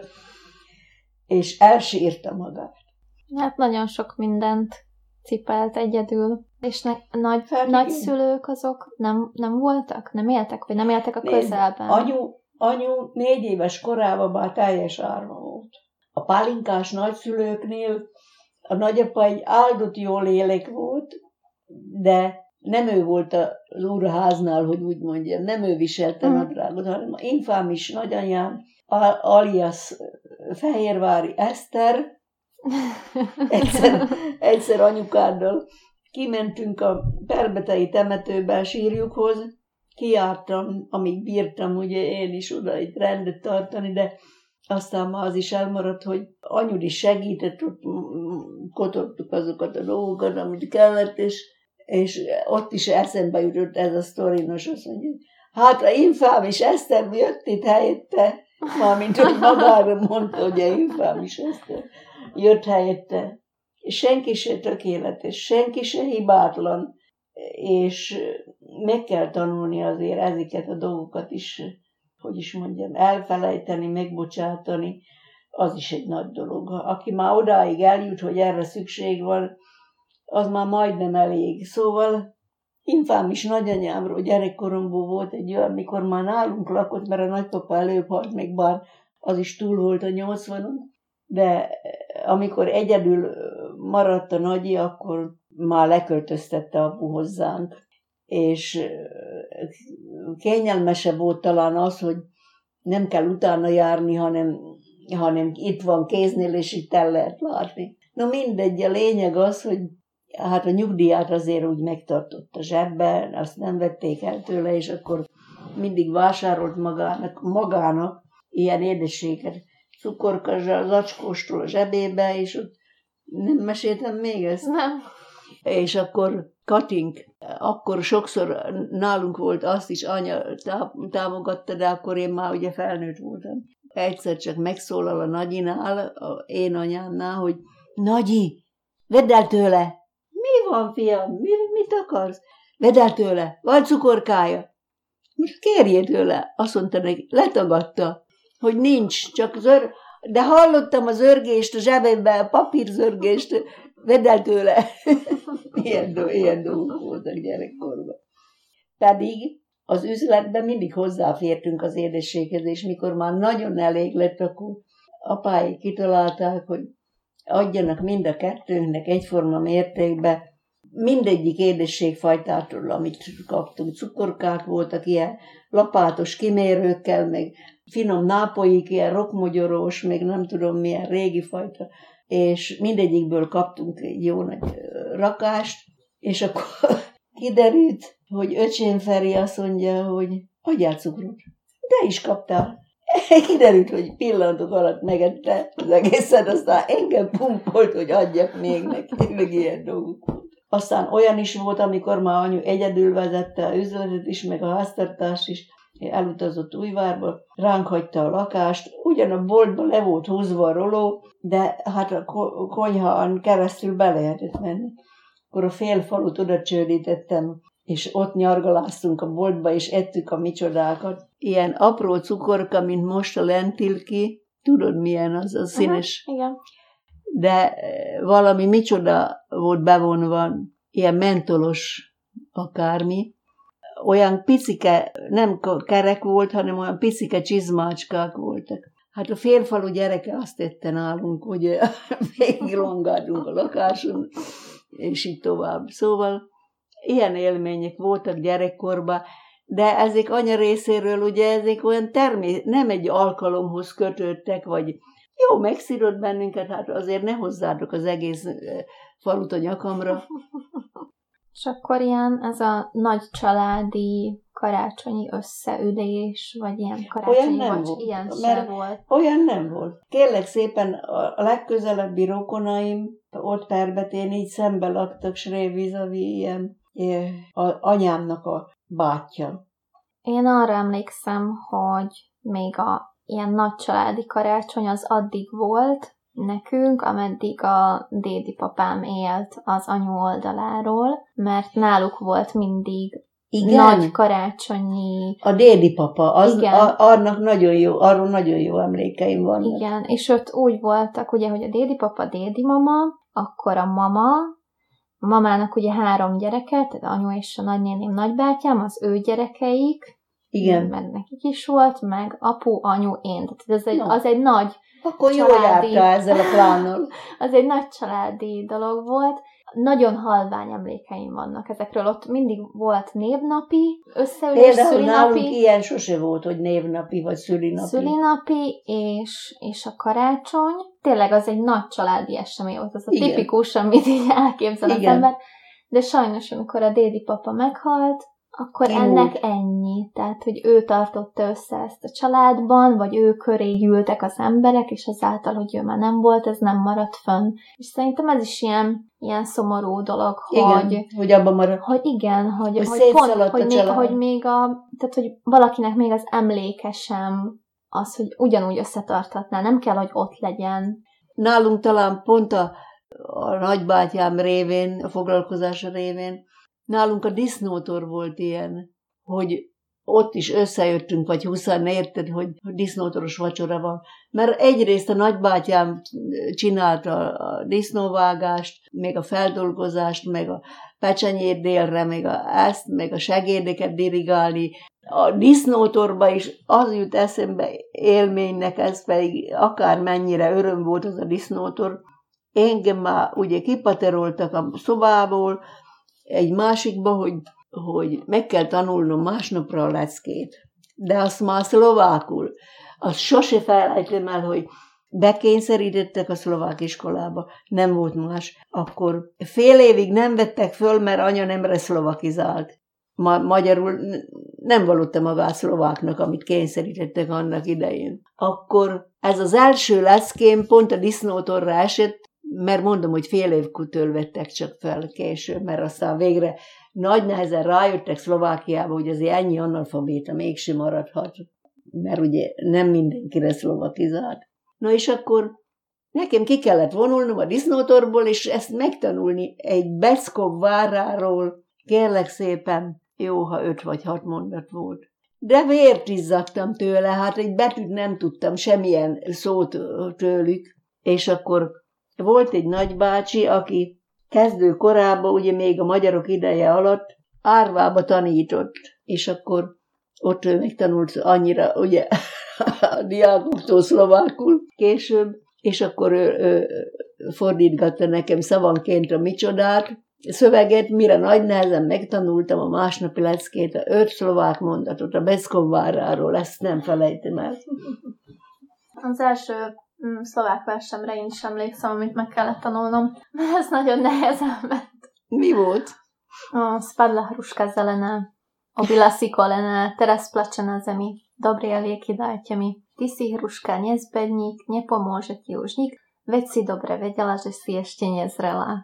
és elsírta magát. Hát nagyon sok mindent cipelt egyedül. És nagyszülők azok nem voltak? Nem éltek? Vagy nem éltek a közelben? Anyu 4 éves korában már teljes árva volt. A pálinkás nagyszülőknél a nagyapa egy áldott jó lélek volt, de nem ő volt az úrháznál, hogy úgy mondjam, nem ő viselte nadrágot, hanem infámis nagyanyám, alias Fehérvári Eszter, egyszer anyukáddal kimentünk a Perbetei temetőbe a sírjukhoz, kijártam, amíg bírtam, ugye én is oda itt rendet tartani, de aztán már az is elmaradt, hogy anyud is segített, ott kotortuk azokat a dolgokat, amit kellett, és ott is eszembe jutott ez a sztorinos, azt mondja, hát a infám is Eszter jött itt helyette, mármint hogy magára mondta, hogy a infám is Eszter jött helyette. És senki se tökéletes, senki se hibátlan, és meg kell tanulni azért ezeket a dolgokat is, hogy is mondjam, elfelejteni, megbocsátani, az is egy nagy dolog. Aki már odáig eljut, hogy erre szükség van, az már majdnem elég. Szóval infám is nagyanyámról gyerekkoromból volt egy olyan, amikor már nálunk lakott, mert a nagypapa előbb halt, még bár az is túl volt a 80-on, de amikor egyedül maradt a nagyi, akkor már leköltöztette apu hozzánk. És kényelmesebb volt talán az, hogy nem kell utána járni, hanem itt van kéznél, és itt el lehet látni. No mindegy, a lényeg az, hogy hát a nyugdíját azért úgy megtartott a zsebben, azt nem vették el tőle, és akkor mindig vásárolt magának ilyen édességet. Cukorka zacskóstól a zsebébe, és ott nem meséltem még ezt? Nem. És akkor Katink, akkor sokszor nálunk volt, azt is anya támogatta, de akkor én már ugye felnőtt voltam. Egyszer csak megszólal a nagyinál, én anyámnál, hogy Nagyi, vedd el tőle! Mi van, fiam? Mit akarsz? Vedd el tőle, van cukorkája. Most kérjél tőle. Azt mondta neki, letagadta, hogy nincs, csak de hallottam az zörgést a zsebemben, a papírzörgést, vedd el tőle. Ilyen dolgok voltak gyerekkorban. Pedig az üzletben mindig hozzáfértünk az édességhez, és mikor már nagyon elég lett, akkor apáik kitalálták, hogy adjanak mind a kettőnknek egyforma mértékben mindegyik édességfajtától, amit kaptunk. Cukorkák voltak ilyen lapátos kimérőkkel, meg finom nápolyik, ilyen rokmogyorós, meg nem tudom milyen régi fajta, és mindegyikből kaptunk egy jó nagy rakást, és akkor kiderült, hogy öcsém Feri azt mondja, hogy adjál cukrot. De is kaptál. Kiderült, hogy pillanatok alatt megette az egészet, aztán engem pumpolt, hogy adjak még neki, meg ilyen dolgok volt. Aztán olyan is volt, amikor már anyu egyedül vezette a üzletet is, meg a háztartást is, elutazott Újvárba, ránk hagyta a lakást, ugyan a boltba le volt húzva a roló, de hát a konyhán keresztül be lehetett menni. Akkor a fél falut oda csődítettem, és ott nyargaláztunk a boltba, és ettük a micsodákat. Ilyen apró cukorka, mint most a lentilki, tudod milyen az a színes? Igen. De valami micsoda volt bevonva, ilyen mentolos akármi. Olyan picike, nem kerek volt, hanem olyan picike csizmácskák voltak. Hát a félfalu gyereke azt tette nálunk, hogy végig rongáltunk a lakáson, és így tovább. Szóval ilyen élmények voltak gyerekkorban, de ezek anya részéről ugye ezek olyan nem egy alkalomhoz kötődtek, vagy jó, megszírod bennünket, hát azért ne hozzátok az egész falut a nyakamra. És akkor ilyen ez a nagy családi karácsonyi összeülés, vagy ilyen karácsonyi ilyen sem volt. Olyan nem volt. Kérlek szépen, a legközelebbi rokonaim ott Perbetén így szembe laktak, Srévizavi, ilyen anyámnak a bátyja. Én arra emlékszem, hogy még ilyen nagy családi karácsony az addig volt nekünk, ameddig a dédipapám élt az anyu oldaláról, mert náluk volt mindig nagy karácsonyi... A dédipapa, arról nagyon jó emlékeim vannak. Igen, és ott úgy voltak, ugye, hogy a dédipapa, dédimama, akkor a mamának ugye 3 gyereke, tehát anyu és a nagynéném, nagybátyám, az ő gyerekeik, igen. Meg nekik is volt, meg apu, anyu, én. Tehát az egy nagy akkor jól jártál ezzel a plánnal. Az egy nagy családi dolog volt. Nagyon halvány emlékeim vannak ezekről. Ott mindig volt névnapi, összeülés, szülinapi. Nálunk ilyen sose volt, hogy névnapi vagy szülinapi. Szülinapi és a karácsony. Tényleg az egy nagy családi esemény volt. Az a tipikus, amit így elképzel az ember. de sajnos, amikor a dédi papa meghalt, akkor Kimúlt. ennek ennyi. Tehát, hogy ő tartotta össze ezt a családban, vagy ő köré gyűltek az emberek, és azáltal, hogy ő már nem volt, ez nem maradt fönn. És szerintem ez is ilyen szomorú dolog, hogy abban maradt. Hogy igen, hogy szétszaladt a család. hogy még tehát, hogy valakinek még az emléke sem az, hogy ugyanúgy összetarthatná, nem kell, hogy ott legyen. Nálunk talán pont a nagybátyám révén, a foglalkozása révén, nálunk a disznótor volt ilyen, hogy ott is összejöttünk, vagy 20-an, érted, hogy disznótoros vacsora van. Mert egyrészt a nagybátyám csinálta a disznóvágást, meg a feldolgozást, meg a pecsenyét délre, meg a segédeket dirigálni. A disznótorba is az jut eszembe élménynek, ez pedig akármennyire öröm volt az a disznótor. Engem már ugye kipateroltak a szobából egy másikba, hogy meg kell tanulnom másnapra a leckét. De azt már szlovákul. Azt sose felejtem el, hogy bekényszerítettek a szlovák iskolába, nem volt más. Akkor fél évig nem vettek föl, mert anya nem reszlovakizált. Magyarul nem vallotta magát szlováknak, amit kényszerítettek annak idején. Akkor ez az első leckém pont a disznótorra esett, mert mondom, hogy fél évkutől vettek csak fel később, mert aztán végre nagy nehezen rájöttek Szlovákiába, hogy azért ennyi analfabéta mégsem maradhat, mert ugye nem mindenkire szlovakizált. Na és akkor nekem ki kellett vonulnom a disznótorból, és ezt megtanulni egy Beckov váráról, kérlek szépen, jó, ha 5 vagy 6 mondat volt. De vért izzadtam tőle, hát egy betűt nem tudtam, semmilyen szót tőlük, és akkor volt egy nagybácsi, aki kezdő korában, ugye még a magyarok ideje alatt Árvába tanított, és akkor ott ő megtanult annyira, ugye, a diákoktól szlovákul később, és akkor ő fordítgatta nekem szavanként a micsodát, szöveget, mire nagy nehezen megtanultam a másnapi leckét, a 5 szlovák mondatot, a Beckov váráról, ezt nem felejtem el. Az első szlovák versemre én is emlékszem, amit meg kellett tanulnom. Ez nagyon nehezen ment. Mi volt? Spadla hruška zelená, obila si kolená, teraz plače na zemi, dobré lieky dajte mi. Ty si hruška nezbedník, nepomôže ti už nik, veď si dobre vedela, že si ešte nezrelá.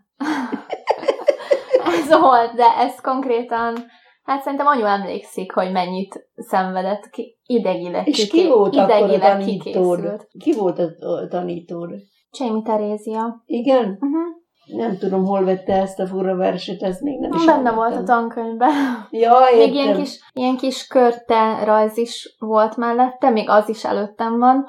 Ez volt, de ez konkrétan, hát szerintem anyu emlékszik, hogy mennyit szenvedett, idegileg és ki volt akkor a tanítód? Ki volt a tanítód? Csémi Terézia. Igen? Uh-huh. Nem tudom, hol vette ezt a fura verset, ezt még nem is benne volt a tankönyvben. Ja, még ilyen kis körte rajz is volt mellette, még az is előttem van,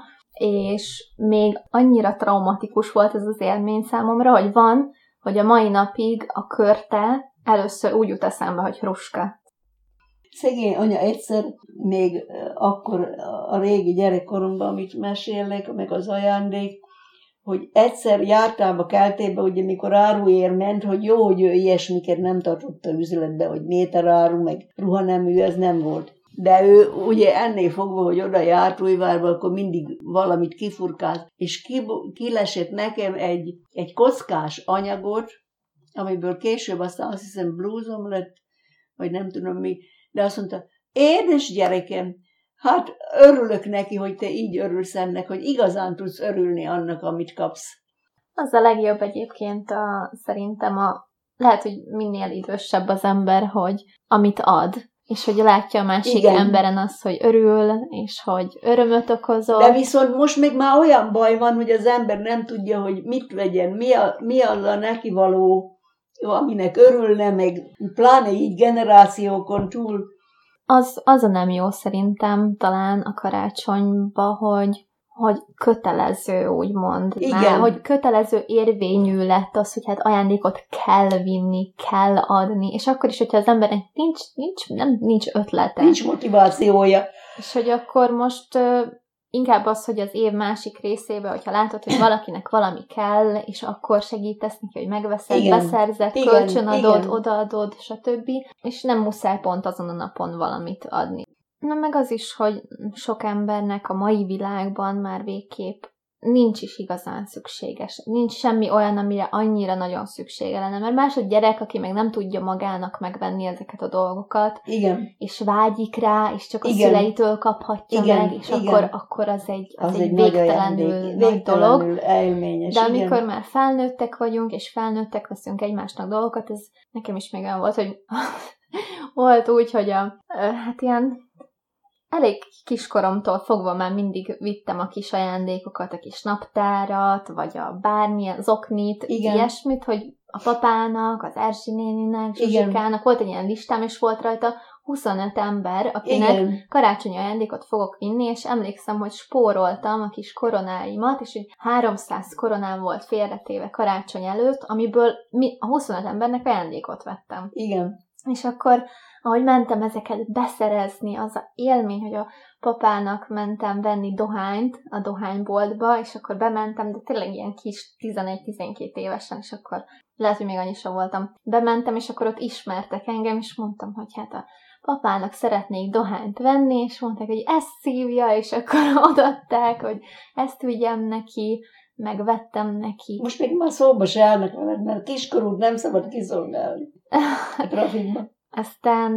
és még annyira traumatikus volt ez az élmény számomra, hogy van, hogy a mai napig a körte először úgy jut eszembe, hogy hruska. Szegény anya egyszer, még akkor a régi gyerekkoromban, amit mesélnek, meg az ajándék, hogy egyszer jártába, keltébe, ugye mikor áruér ment, hogy jó, hogy ő ilyesmiket nem tartotta üzletbe, hogy méteráru, meg ruhanemű, ez nem volt. De ő ugye ennél fogva, hogy oda járt Újvárba, akkor mindig valamit kifurkált, és kilesett nekem egy kockás anyagot, amiből később aztán azt hiszem blúzom lett, vagy nem tudom mi, de azt mondta, édes gyerekem, hát örülök neki, hogy te így örülsz ennek, hogy igazán tudsz örülni annak, amit kapsz. Az a legjobb egyébként szerintem lehet, hogy minél idősebb az ember, hogy amit ad, és hogy látja a másik emberen azt, hogy örül, és hogy örömöt okozol. De viszont most még már olyan baj van, hogy az ember nem tudja, hogy mit vegyen, mi az a neki való, aminek örülne, meg pláne így generációkon túl. Az a nem jó szerintem talán a karácsonyba, hogy kötelező, úgymond. Igen. Már, hogy kötelező érvényű lett az, hogy hát ajándékot kell vinni, kell adni, és akkor is, hogyha az embernek nincs ötlete. Nincs motivációja. És hogy akkor most inkább az, hogy az év másik részében, hogyha látod, hogy valakinek valami kell, és akkor segítesz neki, hogy megveszed, beszerzed, kölcsönadod, odaadod, stb. És nem muszáj pont azon a napon valamit adni. Na meg az is, hogy sok embernek a mai világban már végképp nincs is igazán szükséges. Nincs semmi olyan, amire annyira nagyon szüksége lenne. Mert más a gyerek, aki meg nem tudja magának megvenni ezeket a dolgokat, igen. és vágyik rá, és csak a igen. szüleitől kaphatja igen. meg, és igen. akkor az egy végtelenül nagy dolog. Elményes. De amikor már felnőttek vagyunk, és felnőttek veszünk egymásnak dolgokat, ez nekem is még olyan volt, hogy volt úgy, hogy hát ilyen elég kiskoromtól fogva már mindig vittem a kis ajándékokat, a kis naptárat, vagy a bármilyen zoknit, ilyesmit, hogy a papának, az Erzsi néninek, Zsuzsikának volt egy ilyen listám, és volt rajta 25 ember, akinek karácsonyi ajándékot fogok vinni, és emlékszem, hogy spóroltam a kis koronáimat, és hogy 300 koronám volt félretéve karácsony előtt, amiből a 25 embernek ajándékot vettem. Igen. És akkor, ahogy mentem ezeket beszerezni, az a élmény, hogy a papának mentem venni dohányt a dohányboltba, és akkor bementem, de tényleg ilyen kis 11-12 évesen, és akkor lehet, hogy még annyi sem voltam. Bementem, és akkor ott ismertek engem, és mondtam, hogy hát a papának szeretnék dohányt venni, és mondták, hogy ezt szívja, és akkor odaadták, hogy ezt vigyem neki, megvettem neki. Most még már szóba se állnak veled, mert kiskorút nem szabad kiszolgálni a trafikban. Aztán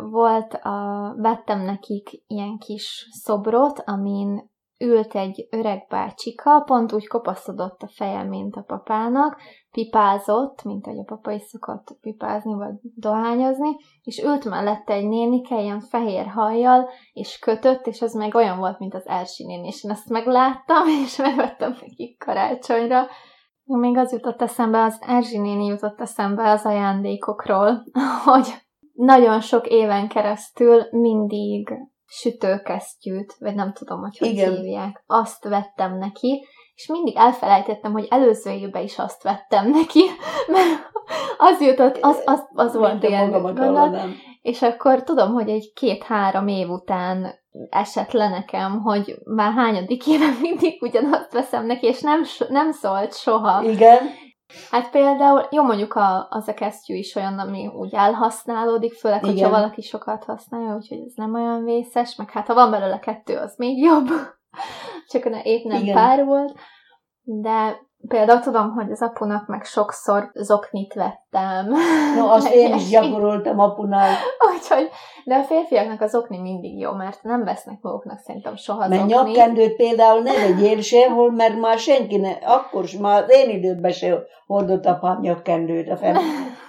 vettem nekik ilyen kis szobrot, amin ült egy öreg bácsika, pont úgy kopaszodott a feje, mint a papának, pipázott, mint ahogy a papa is szokott pipázni, vagy dohányozni, és ült mellette egy nénike, ilyen fehér hajjal, és kötött, és az meg olyan volt, mint az Erzsi néni, és én ezt megláttam, és megvettem nekik karácsonyra. Még az jutott eszembe, az Erzsi néni jutott eszembe az ajándékokról, hogy nagyon sok éven keresztül mindig sütőkesztyűt, vagy nem tudom, hogy hívják, azt vettem neki, és mindig elfelejtettem, hogy előző évben is azt vettem neki, mert az jutott, az volt ilyen gondolat, és akkor tudom, hogy egy 2-3 év után esett le nekem, hogy már hányadik éve mindig ugyanazt veszem neki, és nem szólt soha. Igen. Hát például, jó, mondjuk az a kesztyű is olyan, ami úgy elhasználódik, főleg, hogyha valaki sokat használja, úgyhogy ez nem olyan vészes, meg hát ha van belőle 2, az még jobb. Csak épp nem pár volt. De például tudom, hogy az apunak meg sokszor zoknit vettem. No, azt én is gyakoroltam apunál. Úgyhogy, de a férfiaknak a zokni mindig jó, mert nem vesznek maguknak szerintem soha mert zoknit. Mert nyakkendőt például ne vegyél sehol, mert már senki ne, akkor már az én időben se hordott apám nyakkendőt a fel.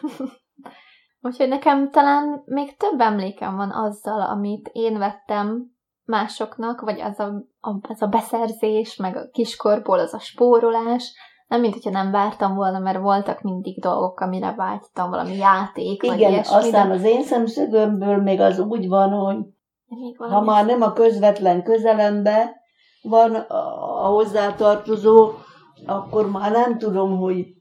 Úgyhogy nekem talán még több emlékem van azzal, amit én vettem másoknak, vagy az a beszerzés, meg a kiskorból az a spórolás, nem mint hogyha nem vártam volna, mert voltak mindig dolgok, amire vágytam, valami játék, vagy igen, ilyesmi. Aztán az én szemszögömből még az úgy van, hogy ha már nem a közvetlen közelembe van a hozzátartozó, akkor már nem tudom,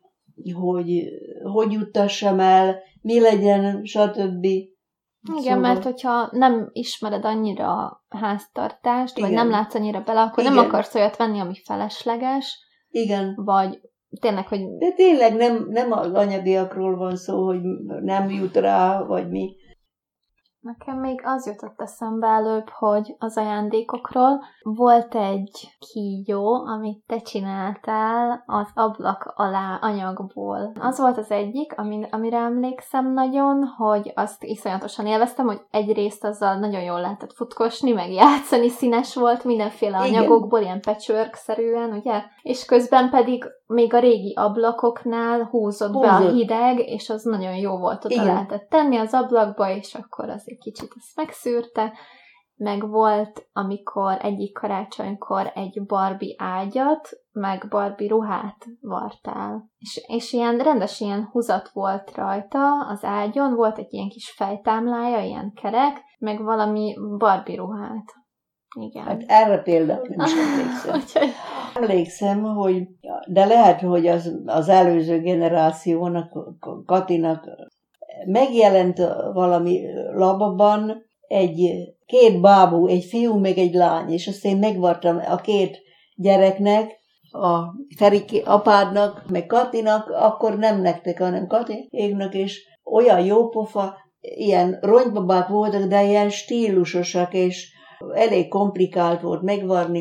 hogy juttassam el, mi legyen, stb. Igen, szóval... mert hogyha nem ismered annyira a háztartást, vagy nem látsz annyira bele, akkor nem akarsz olyat venni, ami felesleges. Igen. Vagy tényleg, hogy... De tényleg nem az anyagiakról van szó, hogy nem jut rá, vagy mi. Nekem még az jutott eszembe előbb, hogy az ajándékokról volt egy kígyó, amit te csináltál az ablak alá anyagból. Az volt az egyik, amire emlékszem nagyon, hogy azt iszonyatosan élveztem, hogy egyrészt azzal nagyon jól lehetett futkosni, meg játszani, színes volt mindenféle anyagokból, ilyen patchwork-szerűen, ugye? És közben pedig még a régi ablakoknál húzott be a hideg, és az nagyon jó volt, oda lehetett tenni az ablakba, és akkor az egy kicsit ezt megszűrte. Meg volt, amikor egyik karácsonykor egy Barbie ágyat, meg Barbie ruhát vartál. És ilyen rendes ilyen húzat volt rajta az ágyon, volt egy ilyen kis fejtámlája, ilyen kerek, meg valami Barbie ruhát. Igen. Hát erre például nem is emlékszem. Emlékszem, hogy de lehet, hogy az előző generációnak, Katinak megjelent valami labban két bábú, egy fiú, meg egy lány, és azt én megvartam a 2 gyereknek, a Feriki apádnak, meg Katinak, akkor nem nektek, hanem Katiéknak, és olyan jópofa, ilyen ronybabák voltak, de ilyen stílusosak, és elég komplikált volt megvarni, meg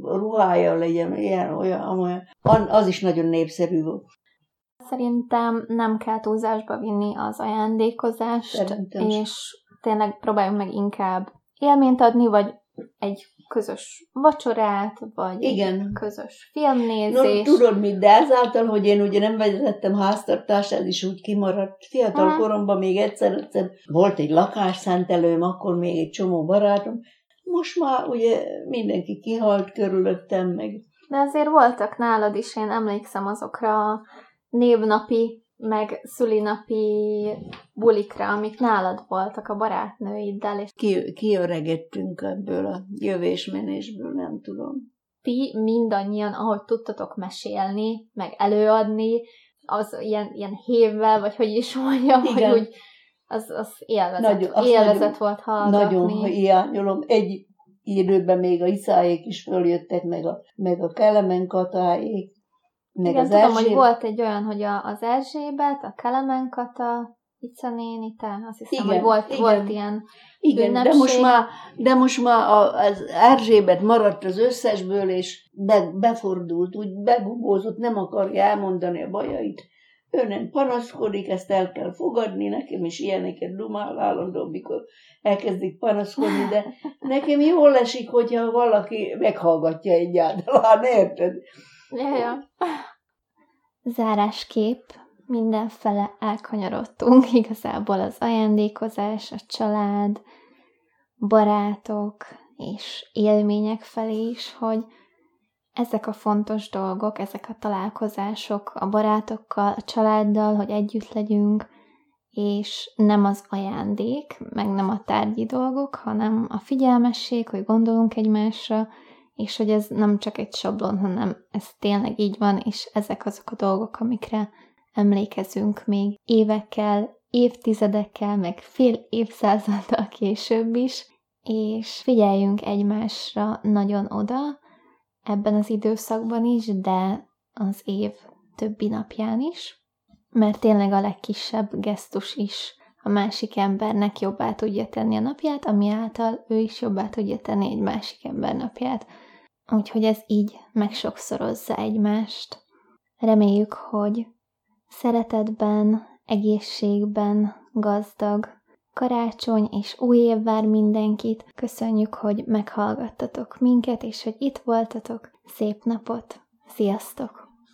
ruhája legyen, ilyen, olyan, az is nagyon népszerű volt. Szerintem nem kell túlzásba vinni az ajándékozást, Szerintem és tényleg próbáljunk meg inkább élményt adni, vagy egy közös vacsorát, vagy igen. egy közös filmnézést. No, tudod mit, de ezáltal, hogy én ugye nem vezettem háztartást, ez is úgy kimaradt. Fiatal koromban még egyszer volt egy lakásszentelőm, akkor még egy csomó barátom. Most már ugye mindenki kihalt körülöttem meg. De azért voltak nálad is, én emlékszem azokra a névnapi, meg szülinapi bulikra, amik nálad voltak a barátnőiddel. És kiöregettünk ebből a jövésmenésből, nem tudom. ti mindannyian, ahogy tudtatok mesélni, meg előadni, az ilyen hévvel, vagy hogy is mondjam, igen. hogy úgy, az élvezet volt hallgatni. Nagyon hiányolom. Egy időben még a Iszáék is följöttek, meg a Kelemen Katáék, meg igen, az tudom, Erzsébet. hogy volt egy olyan, hogy az Erzsébet, a Kelemen Kata, Ica néni, te, azt hiszem, igen, hogy volt ilyen igen, de most már az Erzsébet maradt az összesből, és befordult, úgy begubózott, nem akarja elmondani a bajait. Ő nem panaszkodik, ezt el kell fogadni, nekem is ilyeneket dumál állandó, mikor elkezdik panaszkodni, de nekem jól esik, hogyha valaki meghallgatja egyáltalán, érted? Ja. Zárásképp mindenfele elkanyarodtunk, igazából az ajándékozás, a család, barátok és élmények felé is, hogy ezek a fontos dolgok, ezek a találkozások a barátokkal, a családdal, hogy együtt legyünk, és nem az ajándék, meg nem a tárgyi dolgok, hanem a figyelmesség, hogy gondolunk egymásra, és hogy ez nem csak egy sablon, hanem ez tényleg így van, és ezek azok a dolgok, amikre emlékezünk még évekkel, évtizedekkel, meg fél évszázaddal később is, és figyeljünk egymásra nagyon oda ebben az időszakban is, de az év többi napján is, mert tényleg a legkisebb gesztus is a másik embernek jobbá tudja tenni a napját, ami által ő is jobbá tudja tenni egy másik ember napját. Úgyhogy ez így megsokszorozza egymást. Reméljük, hogy szeretetben, egészségben gazdag karácsony és új év vár mindenkit. Köszönjük, hogy meghallgattatok minket, és hogy itt voltatok. Szép napot! Sziasztok!